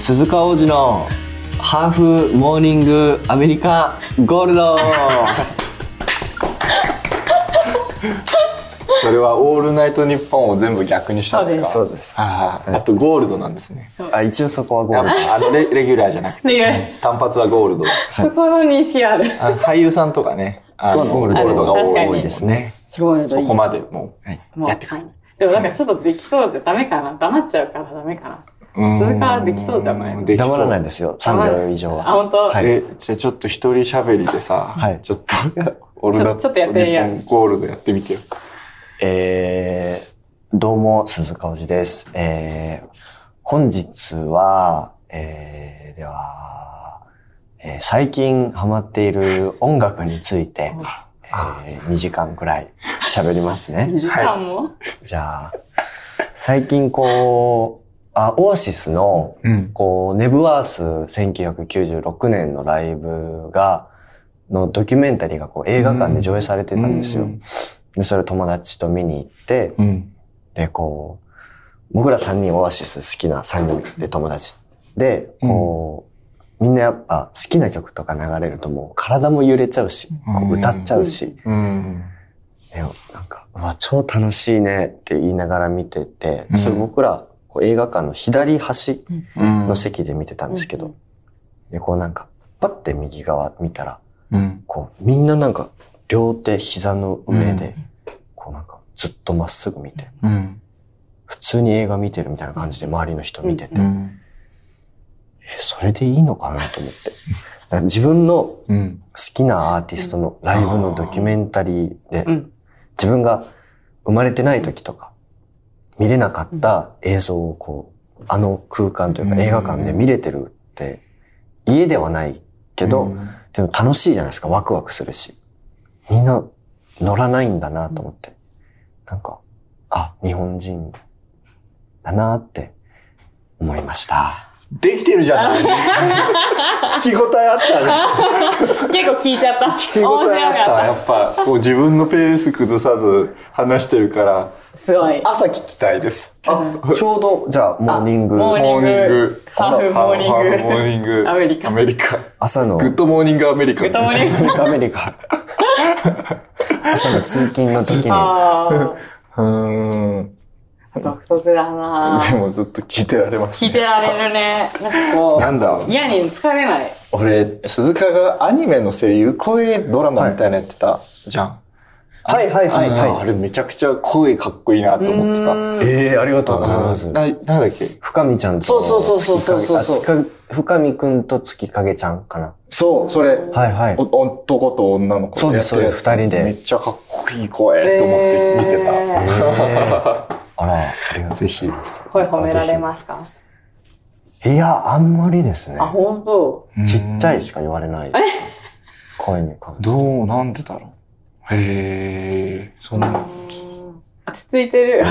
鈴鹿央士のハーフモーニングアメリカゴールドそれはオールナイトニッポンを全部逆にしたんですか？ そうです。 あとゴールドなんですね。 一応そこはゴールド。 レギュラーじゃなくて、単発はゴールド。 そこの認識ある。 俳優さんとかね、ゴールドが多いですね。 ゴールドいい。 そこまでもうやってくる。 でもなんかちょっとできそうでダメかな。黙っちゃうからダメかな。それからできそうじゃない？ 黙らないですよ。3秒以上は。 あ、本当？ はい。じゃあちょっと一人喋りでさ、ちょっとオールナイトニッポンゴールドやってみてよ。 どうも、鈴鹿央士です。本日は、では、最近ハマっている音楽について、2時間くらい喋りますね。 2時間も？ はい、じゃあ、最近オアシスの、ネブワース1996年のライブのドキュメンタリーが映画館で上映されてたんですよ。でそれを友達と見に行って、で、僕ら3人オアシス好きな3人で友達で、みんなやっぱ好きな曲とか流れるともう体も揺れちゃうし、歌っちゃうし、でなんか、超楽しいねって言いながら見てて、それ僕ら映画館の左端の席で見てたんですけど、で、なんか、パッて右側見たら、みんななんか、両手膝の上で、なんかずっとまっすぐ見て、普通に映画見てるみたいな感じで周りの人見てて、それでいいのかなと思って。自分の好きなアーティストのライブのドキュメンタリーで、自分が生まれてない時とか、見れなかった映像をあの空間というか映画館で見れてるって、家ではないけど、でも楽しいじゃないですか、ワクワクするし。みんな乗らないんだなと思って。なんか、日本人だなって思いました。 できてるじゃない聞き応えあったね。 結構聞いちゃった。 聞き応えあった。やっぱ、自分のペース崩さず話してるから、 すごい。 朝聞きたいです。 ちょうど、じゃあ、モーニング。 モーニング。アメリカ。 朝の。 グッドモーニングアメリカ。 グッドモーニングアメリカ。朝の通勤の時に。 独特だなでもずっと聞いてられますね。 聞いてられるね。なんか嫌に疲れない。 俺、鈴鹿がアニメの声優、声ドラマみたいなやってたじゃん。 はいはいはいはい。 あれめちゃくちゃ声かっこいいなと思ってた。 ありがとうございます。 なんだっけ？ 深見ちゃんと。 そう。 深見くんと月影ちゃんかな。 そう、それ。 はいはい。 男と女の子そうです、それ二人で。 めっちゃかっこいい声と思って見てた。 あら、 ぜひ。 声褒められますか？ いや、あんまりですね。 本当？ ちっちゃいしか言われない。声に関して。 なんでだろう。そんな。 落ち着いてる。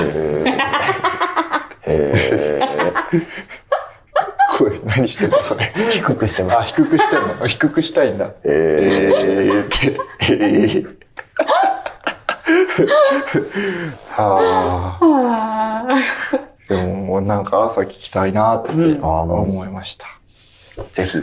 声、何してんのそれ。 低くしてます。 低くしてんの？低くしたいんだ。でもなんか朝聞きたいなって思いました。 ぜひ。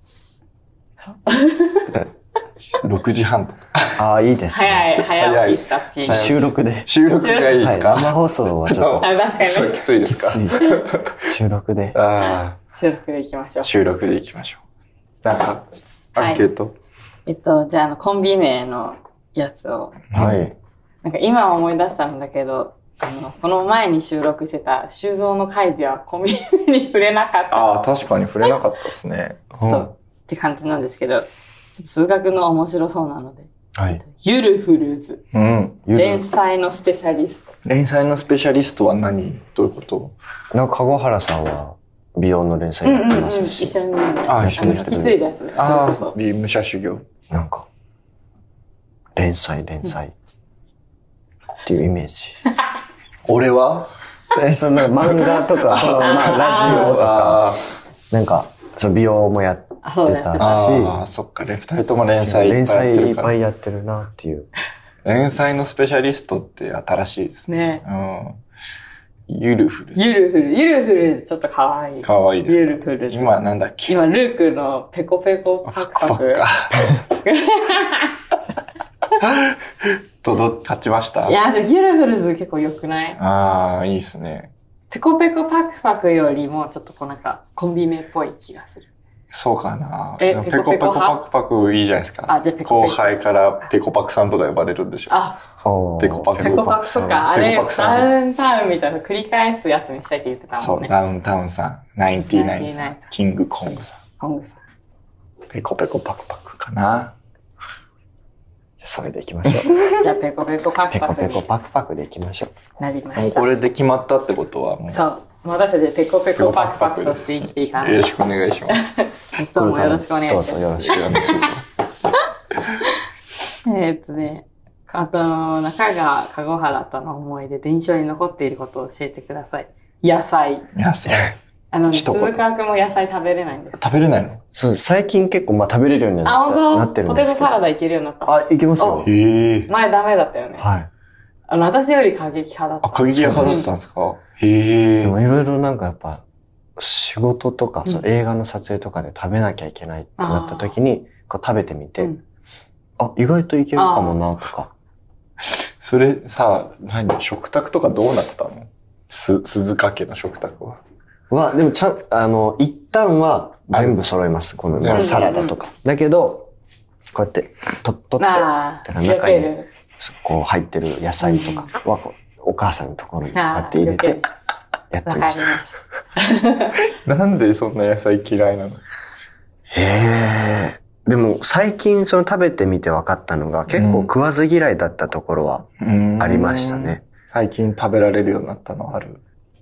6時半とか。いいですね。 早起きした時に。 収録で。 収録がいいですか？ 生放送はちょっと。 確かに。 きついですか？ 収録で。 収録で行きましょう。 収録で行きましょう。なんか、アンケート。 じゃあコンビ名のやつを。 はい。 なんか今思い出したんだけど、この前に収録してた修造の回ではコンビ名に触れなかった。 確かに触れなかったですね。 そう。って感じなんですけど、ちょっと数学の面白そうなので。 はい。 ゆるフルーズ。連載のスペシャリスト。 連載のスペシャリストはどういうこと？ なんか、籠原さんは美容の連載やってますし。 一緒に。 一緒に引き継いだやつね。 そう。武者修行。 なんか、連載。っていうイメージ。 俺はその漫画とか、ラジオとか、なんか、美容もやってたし。 そっかね。二人とも連載いっぱいやってるなっていう。 連載のスペシャリストって新しいですね。 ゆるふる。 ゆるふる。ゆるふる、ちょっとかわいい。 かわいいです。 ゆるふる。 今なんだっけ？ 今、ルークのペコペコパクパク。 勝ちました？ いや、でもゆるふるズ結構良くない？ ああ、いいっすね。 ペコペコパクパクよりも、ちょっとこうなんか、コンビ名っぽい気がする。 そうかな。 ペコペコパクパクいいじゃないですか。 あ、じゃあペコペコ。 後輩からペコパクさんとか呼ばれるんでしょ。 あ、 ペコパク。 ペコパクとか、あれ、ダウンタウンみたいな繰り返すやつにしたいって言ってたもんね。 そう、ダウンタウンさん、ナインティナインさん、キングコングさん。 コングさん。 ペコペコパクパクかな。 じゃあそれでいきましょう。じゃあペコペコパクパク。 ペコペコパクパクでいきましょう。 なりました。 もうこれで決まったってことはもう。 そう。私たちペコペコパクパクとして生きていかない。 よろしくお願いします。 どうもよろしくお願いします。 どうぞよろしくお願いします。 あと、中川籠原との思い出で印象に残っていることを教えてください。野菜。鈴川くんも野菜食べれないんです。 食べれないの？ そう、最近結構食べれるようになってるんですけど。 ポテトサラダいけるようになった。 あ、いけますよ。 前ダメだったよね。 はい。 私より過激派だった。 あ、過激派だったんですか？へえ。 でもいろいろなんかやっぱ、仕事とか、映画の撮影とかで食べなきゃいけないってなった時に、食べてみて、あ、意外といけるかもなとか。 それさ、食卓とかどうなってたの？鈴鹿家の食卓は。 でも一旦は全部揃います。このサラダとか。だけど、こうやって、取って、中に、こう入ってる野菜とかは、お母さんのところにこうやって入れて、やってました。 なんでそんな野菜嫌いなの？ でも最近食べてみて分かったのが、結構食わず嫌いだったところはありましたね。 最近食べられるようになったのある？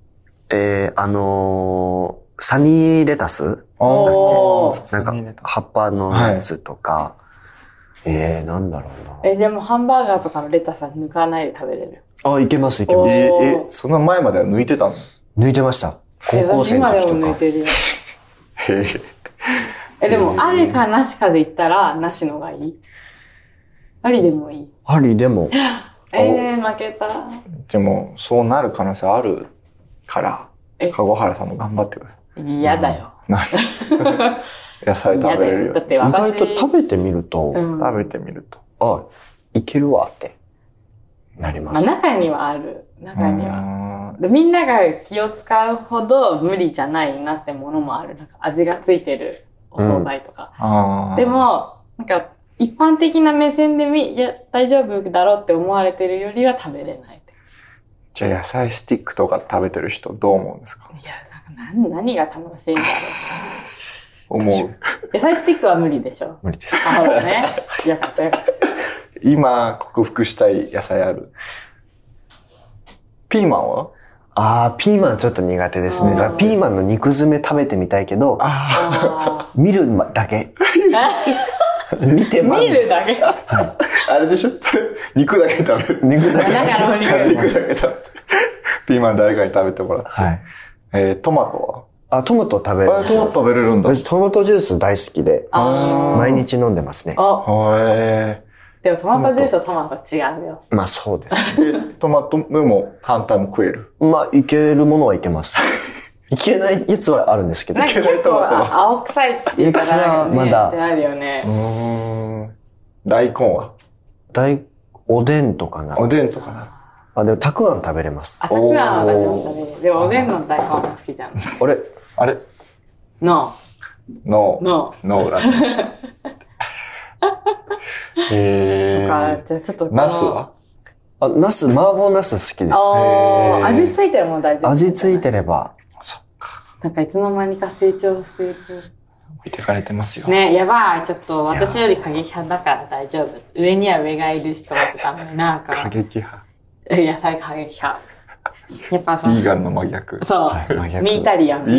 サニーレタスだっけ？なんか葉っぱのやつとか、なんだろうな。 でもハンバーガーとかのレタスは抜かないで食べれる？ あ、いけます。 その前までは抜いてたの？ 抜いてました。高校生の時とか。 今でも抜いてるよ。でも、ありかなしかで言ったら、なしのがいい？ありでもいい？ ありでも。 負けた。 でも、そうなる可能性あるから、籠原さんも頑張ってください。 嫌だよ。 野菜食べれるよ。 だって意外と食べてみると、あ、いけるわってなります。 中にはある。中には。みんなが気を使うほど無理じゃないなってものもある。なんか味がついてるお惣菜とか。でも、なんか一般的な目線で大丈夫だろうって思われてるよりは食べれない。 じゃあ野菜スティックとか食べてる人どう思うんですか？ いや、何が楽しいんだろう。思う。 野菜スティックは無理でしょ？ 無理です。 あ、そうだね。よかったよかった。 今克服したい野菜ある？ピーマンは？ ピーマンちょっと苦手ですね。ピーマンの肉詰め食べてみたいけど、見るだけ。見て見るだけ。 あれでしょ？肉だけ食べる。 肉だけ。 中の肉だけ食べて。ピーマン誰かに食べてもらって。はい。トマトは？ トマト食べる。 トマト食べれるんだ。 私トマトジュース大好きで、毎日飲んでますね。 でもトマトジュースとトマト違うよ。 まあそうです。 トマトでも反対も食える？ まあいけるものはいけます。いけないやつはあるんですけど。 いけないトマトは。青臭いっていうかはまだ。 ってあるよね。 大根は？ おでんとかな。 おでんとかな。 でもたくあん食べれます。 たくあんは私も食べれる。でもおでんの大根は好きじゃん。 あれノーだね。 じゃあちょっと。 ナスは？ 麻婆ナス好きです。 味ついてるもん大丈夫。 味ついてれば。 そっか。 なんかいつの間にか成長している。 置いてかれてますよ。 ね、やばい。ちょっと私より過激派だから大丈夫。上には上がいる人ってたのになんか。 過激派。 野菜過激派。やっぱさ。 ビーガンの真逆。 そう。ミータリアン。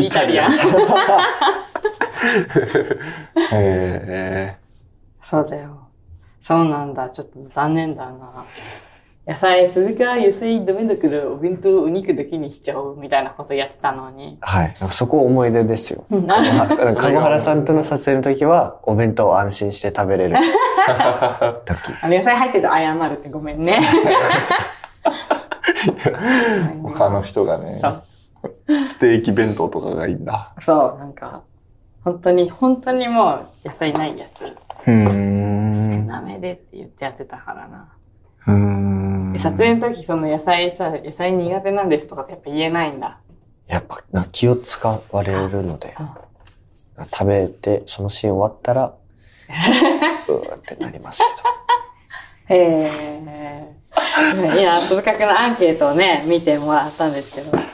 そうだよ。そうなんだ。ちょっと残念だな。鈴鹿野菜ダメだからお弁当お肉だけにしちゃおうみたいなことやってたのに。 はい。そこ思い出ですよ。籠原さんとの撮影の時はお弁当を安心して食べれる時。 野菜入ってると謝るってごめんね。 他の人がね、ステーキ弁当とかがいいんだ。 そう、なんか、本当にもう野菜ないやつ。少なめでって言ってやってたからな。撮影の時その野菜苦手なんですとかってやっぱ言えないんだ。 やっぱ気を使われるので、食べてそのシーン終わったら、ってなりますけど。 いや、鈴鹿くんのアンケートをね、見てもらったんですけど。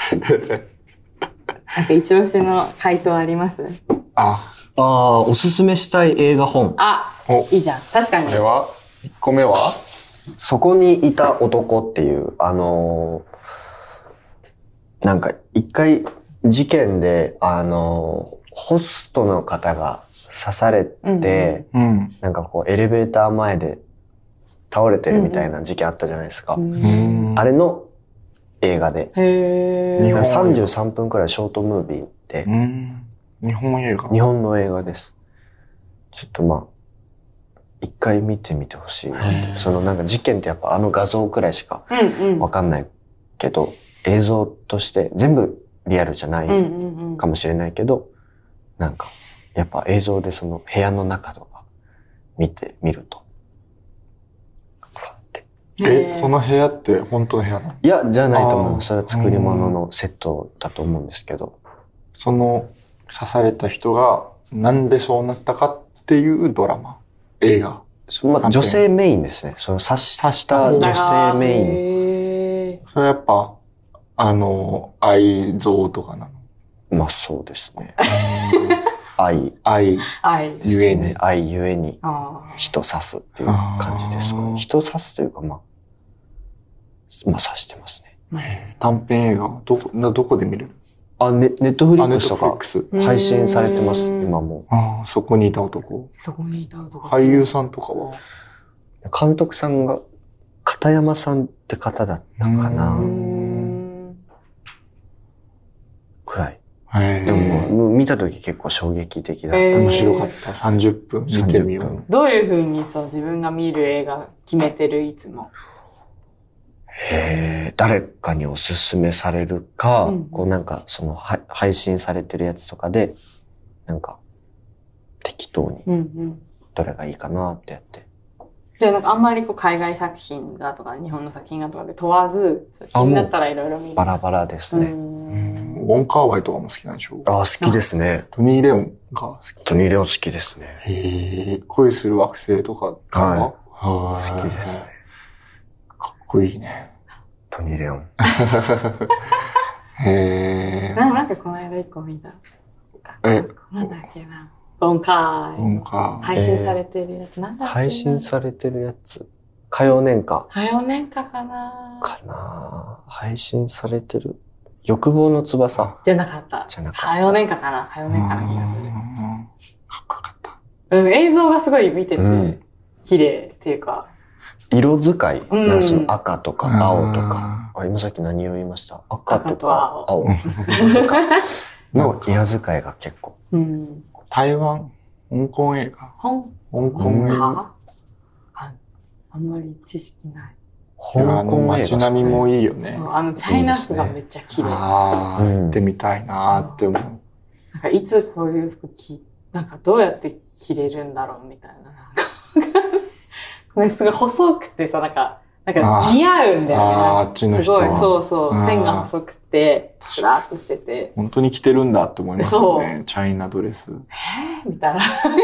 なんか一押しの回答あります？ おすすめしたい映画本。 いいじゃん。確かに。 これは ?1 個目はそこにいた男っていう、なんか一回事件で、ホストの方が刺されて、なんかこうエレベーター前で倒れてるみたいな事件あったじゃないですか。あれの映画で。33分くらいショートムービーで。 日本映画？ 日本の映画です。ちょっと一回見てみてほしいなって。そのなんか事件ってやっぱ画像くらいしかわかんないけど、映像として全部リアルじゃないかもしれないけど、なんかやっぱ映像でその部屋の中とか見ると。 その部屋って本当の部屋なの？ いや、じゃないと思います。それは作り物のセットだと思うんですけど。 その刺された人がなんでそうなったかっていうドラマ、映画。 女性メインですね。その刺した女性メイン。 それやっぱ、愛憎とかなの？ そうですね。愛ゆえに。 愛ゆえに人刺すっていう感じですかね。人刺すというか刺してますね。 短編映画はどこで見れる？ ネットフリックスとか配信されてます、今も。 そこにいた男。俳優さんとかは？ 監督さんが片山さんって方だったかな。くらい。でも見たとき結構衝撃的だった。 面白かった。30分見てみよう。 どういう風に自分が見る映画決めてるいつも？ 誰かにおすすめされるか、こうなんかその配信されてるやつとかで、なんか適当にどれがいいかなってやって。 じゃあなんかあんまり海外作品がとか日本の作品がとかで問わず、気になったらいろいろ見る。 バラバラですね。 ウォンカーワイとかも好きなんでしょ？ 好きですね。 トニー・レオンが好き。 トニー・レオン好きですね。 恋する惑星とか好きですね。 かっこいいね。 トニー・レオン。 なんかこの間一個見た。なんだっけな。ウォンカー。配信されてるやつ。なんだっけな。 配信されてるやつ。火曜年間。 火曜年間かな。 配信されてる。欲望の翼。 じゃなかった。火曜年間かな。火曜年間の気がする。 かっこよかった。 映像がすごい見てて、綺麗っていうか。 色使い。その赤とか青とか。今さっき何色言いました？赤とか青とかの色使いが結構。 台湾、香港映画。香港映画。 あんまり知識ない。 香港街並みもいいよね。 チャイナ服がめっちゃ綺麗。 行ってみたいなーって思う。 なんかいつこういう服なんかどうやって着れるんだろうみたいな。すごい細くてなんか似合うんだよね。 あっちの人は。 すごい、そう。線が細くて、スラーっとしてて。 本当に着てるんだって思いますよね。チャイナドレス。 みたいな。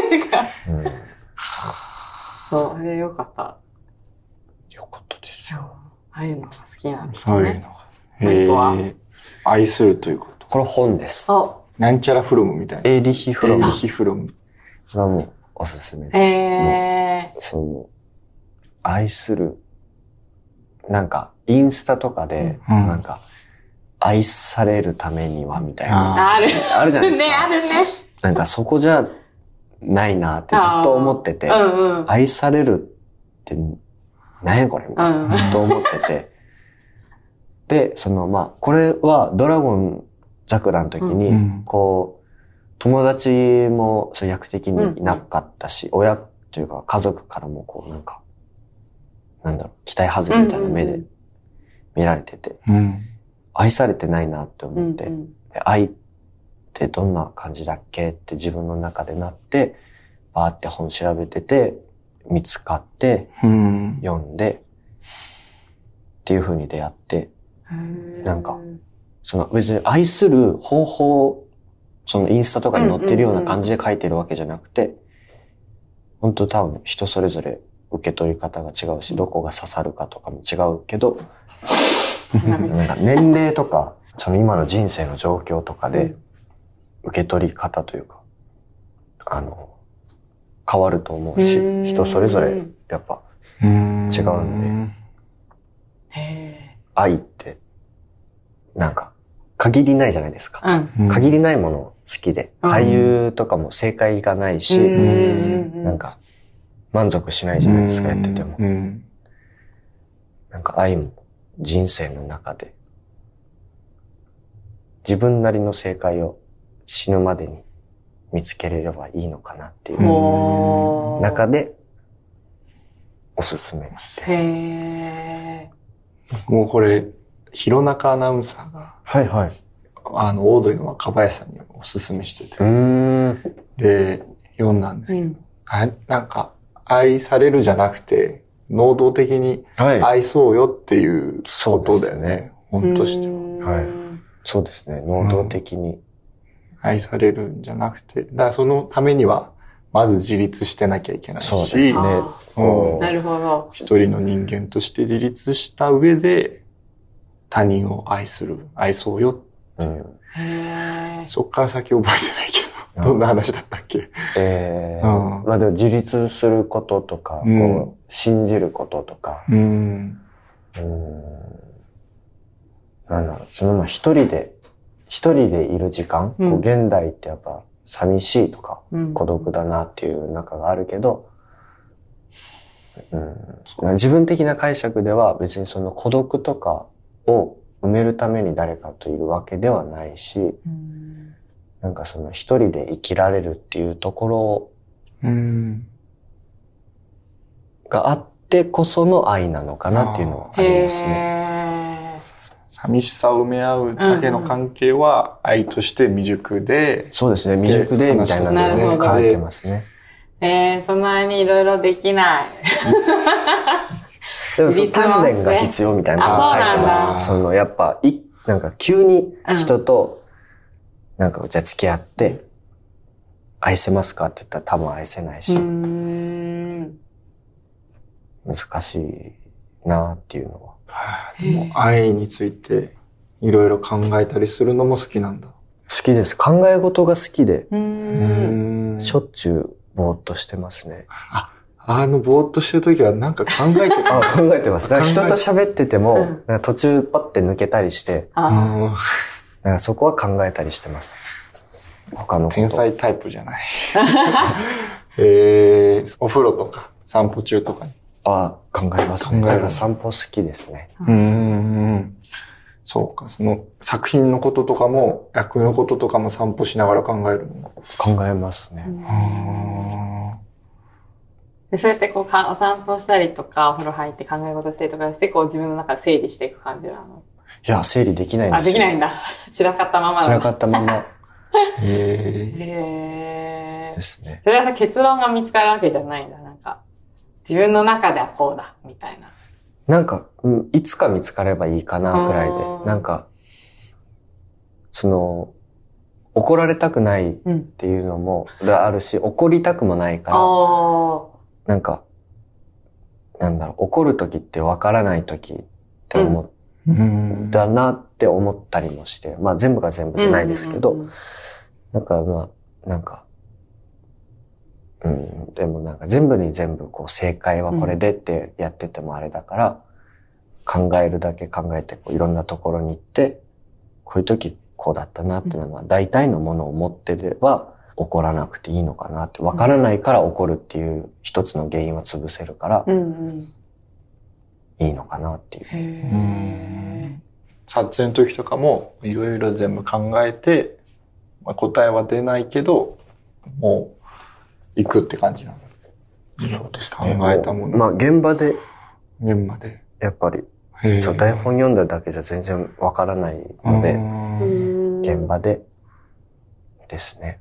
そう、あれよかった。 よかったですよ。 ああいうのが好きなんですね。そういうのが。愛するということ。 これ本です。 なんちゃらフロムみたいな。 エーリヒフロム。 エーリヒフロム。 これはもうおすすめです。愛する。なんか、インスタとかで、なんか、愛されるためには、みたいな。 あるじゃないですか。 あるね。 なんかそこじゃないなってずっと思ってて、愛されるって、何やこれみたいな、ずっと思ってて。で、これはドラゴン桜の時に、友達も役的にいなかったし、親というか家族からも期待外れみたいな目で見られてて、愛されてないなって思って、愛ってどんな感じだっけって自分の中でなって、バーって本調べてて、見つかって、読んで、っていう風に出会って、なんか、その別に愛する方法、そのインスタとかに載ってるような感じで書いてるわけじゃなくて、本当多分人それぞれ受け取り方が違うし、どこが刺さるかとかも違うけど、なんか年齢とか、その今の人生の状況とかで、受け取り方というか、変わると思うし、人それぞれやっぱ違うんで、愛って、なんか、限りないじゃないですか。限りないもの好きで、俳優とかも正解がないし、なんか、満足しないじゃないですか、やってても。なんか愛も人生の中で、自分なりの正解を死ぬまでに見つけれればいいのかなっていう中で、おすすめです。 もうこれ、弘中アナウンサーが、 はいはい。 オードリーの若林さんにおすすめしてて。で、読んだんですけど、なんか、愛されるじゃなくて、能動的に愛そうよっていうことだよね。本としては。 はい。そうですね。能動的に、 愛されるんじゃなくて、だからそのためには、まず自立してなきゃいけないし。 そうですね。 なるほど。 一人の人間として自立した上で、他人を愛そうよ。そっから先覚えてないけど、どんな話だったっけ？ まあでも自立することとか、こう信じることとか、なんだろう、そのまあ一人でいる時間、こう現代ってやっぱ寂しいとか、孤独だなっていう中があるけど、自分的な解釈では別にその孤独とかを埋めるために誰かといるわけではないし、なんかその一人で生きられるっていうところがあってこその愛なのかなっていうのはありますね。 寂しさを埋め合うだけの関係は愛として未熟で、 そうですね、未熟でみたいなのをね、書いてますね。 そんなにいろいろできない。 でもその鍛錬が必要みたいなのを書いてます。そのやっぱ、なんか急に人と、なんかじゃあ付き合って、愛せますかって言ったら多分愛せないし、難しいなっていうのは。 でも愛についていろいろ考えたりするのも好きなんだ。好きです。考え事が好きで、しょっちゅうぼーっとしてますね。 ぼーっとしてるときはなんか考えてる。 考えてます。だから人と喋ってても、なんか途中パッて抜けたりして、なんかそこは考えたりしてます。他のこと。 天才タイプじゃない。お風呂とか散歩中とかに。 考えますね。だから散歩好きですね。 そうか。その作品のこととかも、役のこととかも散歩しながら考えるの？ 考えますね。 でそうやってこうお散歩したりとか、お風呂入って考え事したりとかして、こう自分の中で整理していく感じなの？ いや、整理できないんですよ。 できないんだ。散らかったままだ。 散らかったまま。 ですね。それはさ、結論が見つかるわけじゃないんだ。なんか、自分の中ではこうだ、みたいな。 なんか、いつか見つかればいいかな、くらいで。なんか、怒られたくないっていうのもあるし、怒りたくもないから、なんか、なんだろう、怒るときってわからないときって思ったなって思ったりもして、まあ全部が全部じゃないですけど、なんかまあ、なんか、でもなんか全部に全部こう正解はこれでってやっててもあれだから、考えるだけ考えてこういろんなところに行って、こういう時こうだったなっていうのは大体のものを持ってれば怒らなくていいのかなって、わからないから怒るっていう一つの原因は潰せるから、いいのかなっていう。 撮影の時とかもいろいろ全部考えて、答えは出ないけど、もう行くって感じなの。 そうですね。 考えたもの。 まあ現場で。 やっぱり。 そう、台本読んだだけじゃ全然わからないので、現場でですね。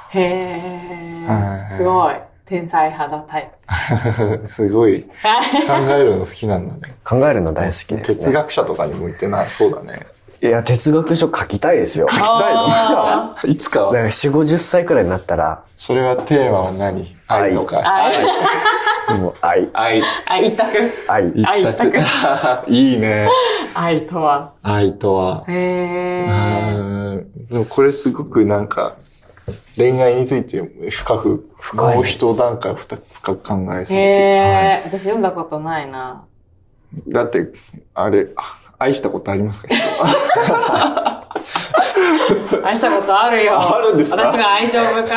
すごい。天才肌タイプ。すごい。考えるの好きなんだね。 考えるの大好きですね。 哲学者とかに向いてないそうだね。 いや、哲学書書きたいですよ。 書きたいのいつかだから4、50歳くらいになったら。 それはテーマは何？愛とか。 もう愛。 一択。 愛一択。 いいね。 愛とは。 愛とは。でもこれすごくなんか、恋愛について深く、もう一段階深く考えさせて。 私読んだことないな。 だって、あれ、愛したことありますか？ 愛したことあるよ。 あるんですか？ 私が愛情深いから。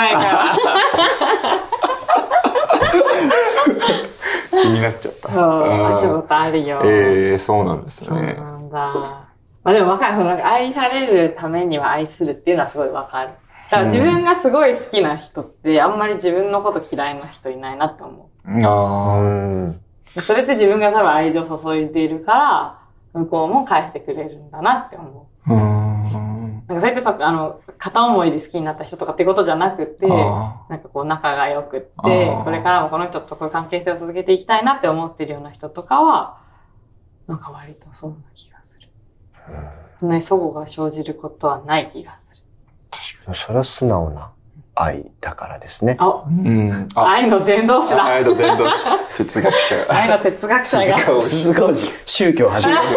気になっちゃった。 そう、愛したことあるよ。 そうなんですね。そうなんだ。まあでもわかる。なんか愛されるためには愛するっていうのはすごいわかる。だから自分がすごい好きな人って、あんまり自分のこと嫌いな人いないなって思う。それって自分が多分愛情注いでいるから、向こうも返してくれるんだなって思う。なんかそうやってさ、片思いで好きになった人とかっていうことじゃなくて、なんかこう仲が良くって、これからもこの人とこういう関係性を続けていきたいなって思ってるような人とかは、なんか割とそんな気がする。そんなに齟齬が生じることはない気がする。 確かに。それは素直な愛だからですね。 愛の伝道師だ。 愛の伝道師。哲学者が。 愛の哲学者が。 宗教始めました。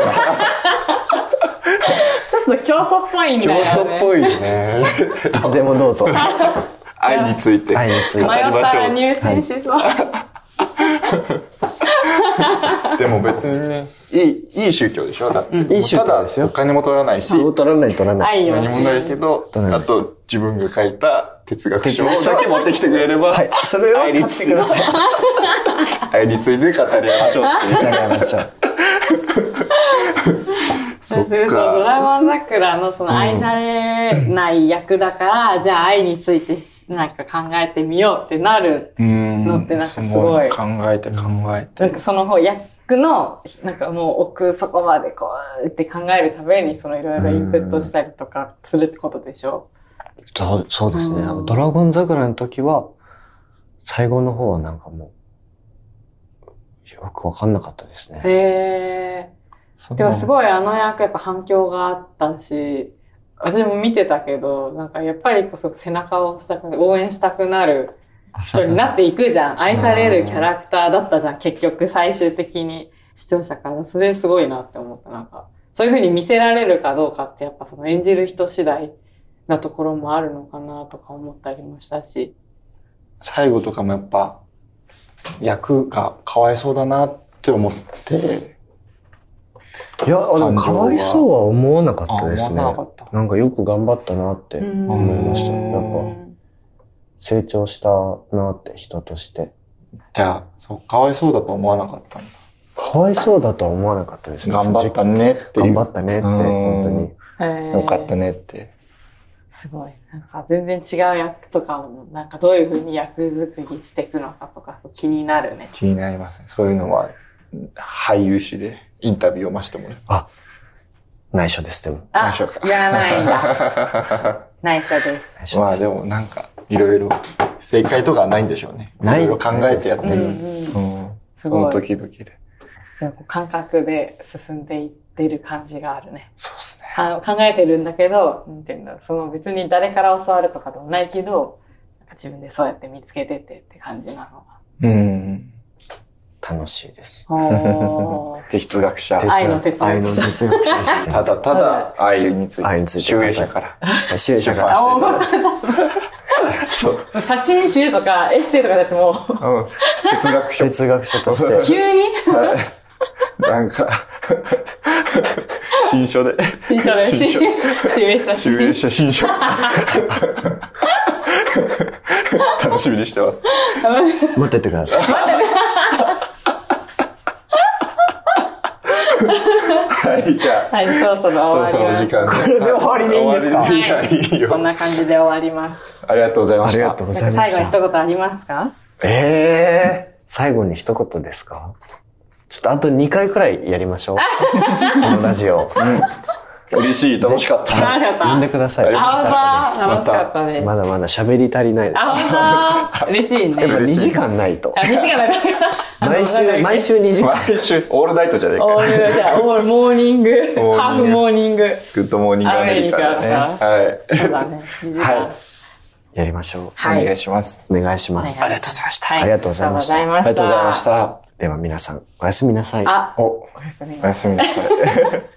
ちょっと競争っぽいんだよね。 競争っぽいね。 いつでもどうぞ。 愛について。 愛について。 迷ったら入信しそう。 でも別にね、いい宗教でしょ？だって。 いい宗教ですよ。 お金も取らないし。 取らない。 何もないけど、あと自分が書いた哲学書だけ持ってきてくれれば。 はい。それを買ってください。 愛について語り合いましょう。 語り合いましょう。 そっか。 ドラゴン桜のその愛されない役だから、じゃあ愛についてなんか考えてみようってなるのってなんかすごい。 考えて。 なんかその役の、なんかもう奥底までこうって考えるためにそのいろいろインプットしたりとかするってことでしょ？ そうですね。ドラゴン桜の時は、最後の方はなんかもう、よくわかんなかったですね。 でもすごいあの役やっぱ反響があったし、私も見てたけど、なんかやっぱりこそ背中を押したく、応援したくなる人になっていくじゃん。愛されるキャラクターだったじゃん。結局最終的に視聴者から。それすごいなって思った。なんか、そういう風に見せられるかどうかってやっぱその演じる人次第なところもあるのかなとか思ったりもしたし。 最後とかもやっぱ、役がかわいそうだなって思って、 いや、でもかわいそうは思わなかったですね。なんかよく頑張ったなって思いました。やっぱ、成長したなって人として。 じゃあ、そう、かわいそうだと思わなかったんだ。 かわいそうだとは思わなかったですね。 頑張ったねっていう。 頑張ったねって、本当に。よかったねって。 すごい。なんか全然違う役とかも、なんかどういう風に役作りしていくのかとか気になるね。 気になりますね。そういうのは、俳優誌でインタビューをましてもらう。 あ、内緒です、でも。 内緒か。いらないんだ。内緒です。 まあでもなんか、いろいろ、正解とかはないんでしょうね。いろいろ考えてやってる。その時々で。 感覚で進んでいってる感じがあるね。 そうですね。 考えてるんだけど、なんていうんだろう、その別に誰から教わるとかでもないけど、なんか自分でそうやって見つけてってって感じなのが。 楽しいです。 哲学者。 愛の哲学者。 愛の哲学者。 ただ愛について。 愛について。 集英社から。 集英社から。 そう。写真集とかエッセイとかだってもう。 哲学書。 哲学書として。 急になんか、新書で。 新書で。集英社。 集英社新書。楽しみにしてます。 待っててください。 はい、じゃあ。 はい、そろそろ終わります。 そろそろ時間。 これで終わりでいいんですか？ はい。こんな感じで終わります。 ありがとうございました。 ありがとうございました。 最後に一言ありますか？ 最後に一言ですか？ ちょっとあと2回くらいやりましょう。このラジオ。 嬉しい、楽しかった。 呼んでください。 楽しかったです。 まだまだ喋り足りないです。 嬉しいね。 やっぱ2時間ないと。 2時間ないと。 毎週2時間。 毎週、オールナイトじゃねえか。 オールモーニング、ハーフモーニング。 グッドモーニングアメリカね。 はい。そうだね。2時間。 やりましょう。 お願いします。 お願いします。 ありがとうございました。 ありがとうございました。 ありがとうございました。 では皆さん、おやすみなさい。 おやすみなさい。